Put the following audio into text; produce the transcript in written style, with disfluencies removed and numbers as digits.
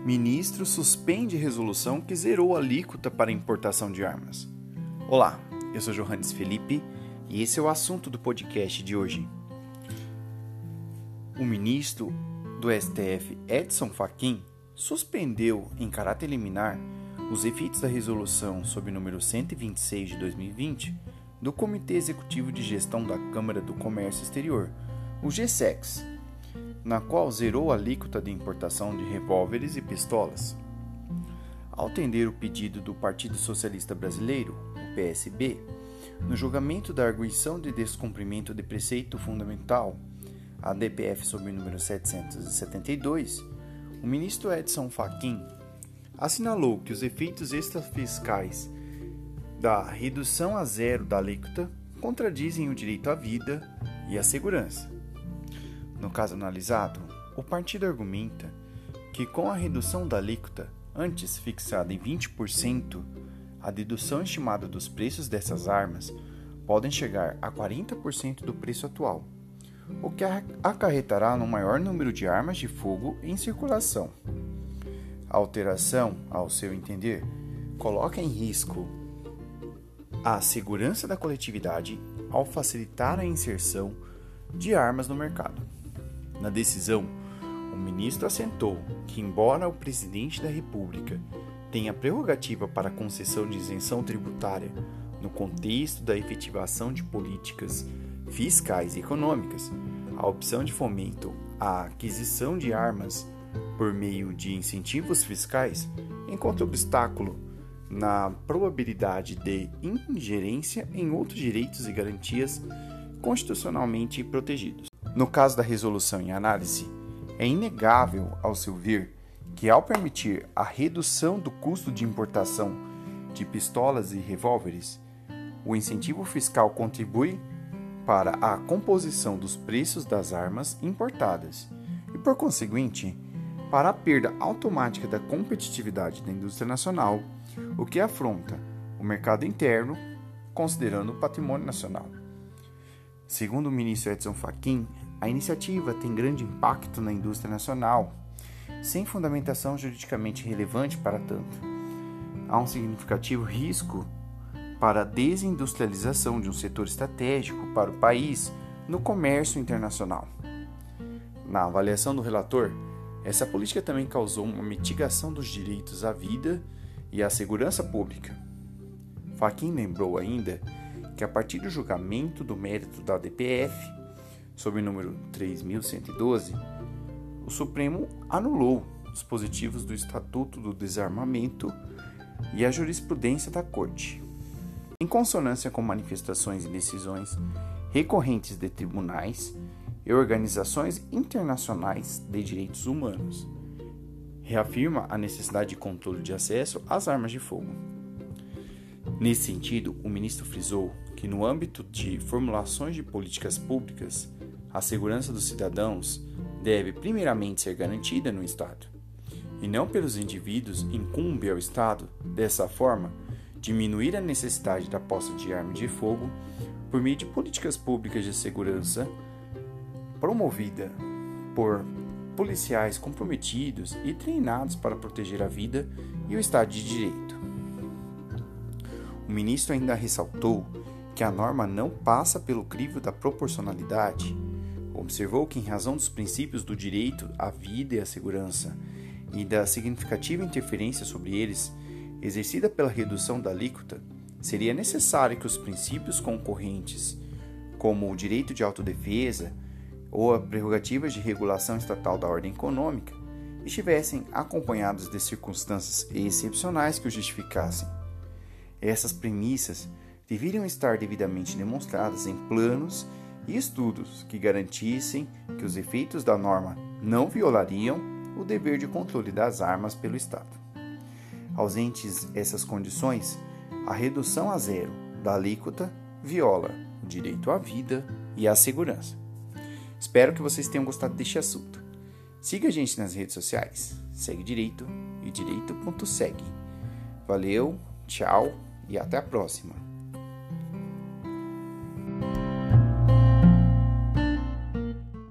Ministro suspende resolução que zerou a alíquota para importação de armas. Olá, eu sou Johannes Felipe e esse é o assunto do podcast de hoje. O ministro do STF, Edson Fachin, suspendeu em caráter liminar os efeitos da resolução sob o número 126 de 2020 do Comitê Executivo de Gestão da Câmara do Comércio Exterior, o GSEX, na qual zerou a alíquota de importação de revólveres e pistolas. Ao atender o pedido do Partido Socialista Brasileiro, o PSB, no julgamento da arguição de descumprimento de preceito fundamental, a DPF sob o número 772, o ministro Edson Fachin assinalou que os efeitos extrafiscais da redução a zero da alíquota contradizem o direito à vida e à segurança. No caso analisado, o partido argumenta que com a redução da alíquota, antes fixada em 20%, a dedução estimada dos preços dessas armas podem chegar a 40% do preço atual, o que acarretará no maior número de armas de fogo em circulação. A alteração, ao seu entender, coloca em risco a segurança da coletividade ao facilitar a inserção de armas no mercado. Na decisão, o ministro assentou que, embora o presidente da República tenha prerrogativa para a concessão de isenção tributária no contexto da efetivação de políticas fiscais e econômicas, a opção de fomento à aquisição de armas por meio de incentivos fiscais encontra obstáculo na probabilidade de ingerência em outros direitos e garantias constitucionalmente protegidos. No caso da resolução em análise, é inegável, ao seu ver, que ao permitir a redução do custo de importação de pistolas e revólveres, o incentivo fiscal contribui para a composição dos preços das armas importadas e, por conseguinte, para a perda automática da competitividade da indústria nacional, o que afronta o mercado interno, considerando o patrimônio nacional. Segundo o ministro Edson Fachin, a iniciativa tem grande impacto na indústria nacional, sem fundamentação juridicamente relevante para tanto. Há um significativo risco para a desindustrialização de um setor estratégico para o país no comércio internacional. Na avaliação do relator, essa política também causou uma mitigação dos direitos à vida e à segurança pública. Fachin lembrou ainda que, a partir do julgamento do mérito da DPF, sob o número 3.112, o Supremo anulou dispositivos do Estatuto do Desarmamento e a jurisprudência da Corte, em consonância com manifestações e decisões recorrentes de tribunais e organizações internacionais de direitos humanos. Reafirma a necessidade de controle de acesso às armas de fogo. Nesse sentido, o ministro frisou que, no âmbito de formulações de políticas públicas, a segurança dos cidadãos deve primeiramente ser garantida no Estado, e não pelos indivíduos. Incumbe ao Estado, dessa forma, diminuir a necessidade da posse de arma de fogo por meio de políticas públicas de segurança promovida por policiais comprometidos e treinados para proteger a vida e o Estado de Direito. O ministro ainda ressaltou que a norma não passa pelo crivo da proporcionalidade. Observou que, em razão dos princípios do direito à vida e à segurança e da significativa interferência sobre eles exercida pela redução da alíquota, seria necessário que os princípios concorrentes, como o direito de autodefesa ou a prerrogativas de regulação estatal da ordem econômica, estivessem acompanhados de circunstâncias excepcionais que o justificassem. Essas premissas deveriam estar devidamente demonstradas em planos e estudos que garantissem que os efeitos da norma não violariam o dever de controle das armas pelo Estado. Ausentes essas condições, a redução a zero da alíquota viola o direito à vida e à segurança. Espero que vocês tenham gostado deste assunto. Siga a gente nas redes sociais, segue direito e direito.segue. Valeu, tchau e até a próxima.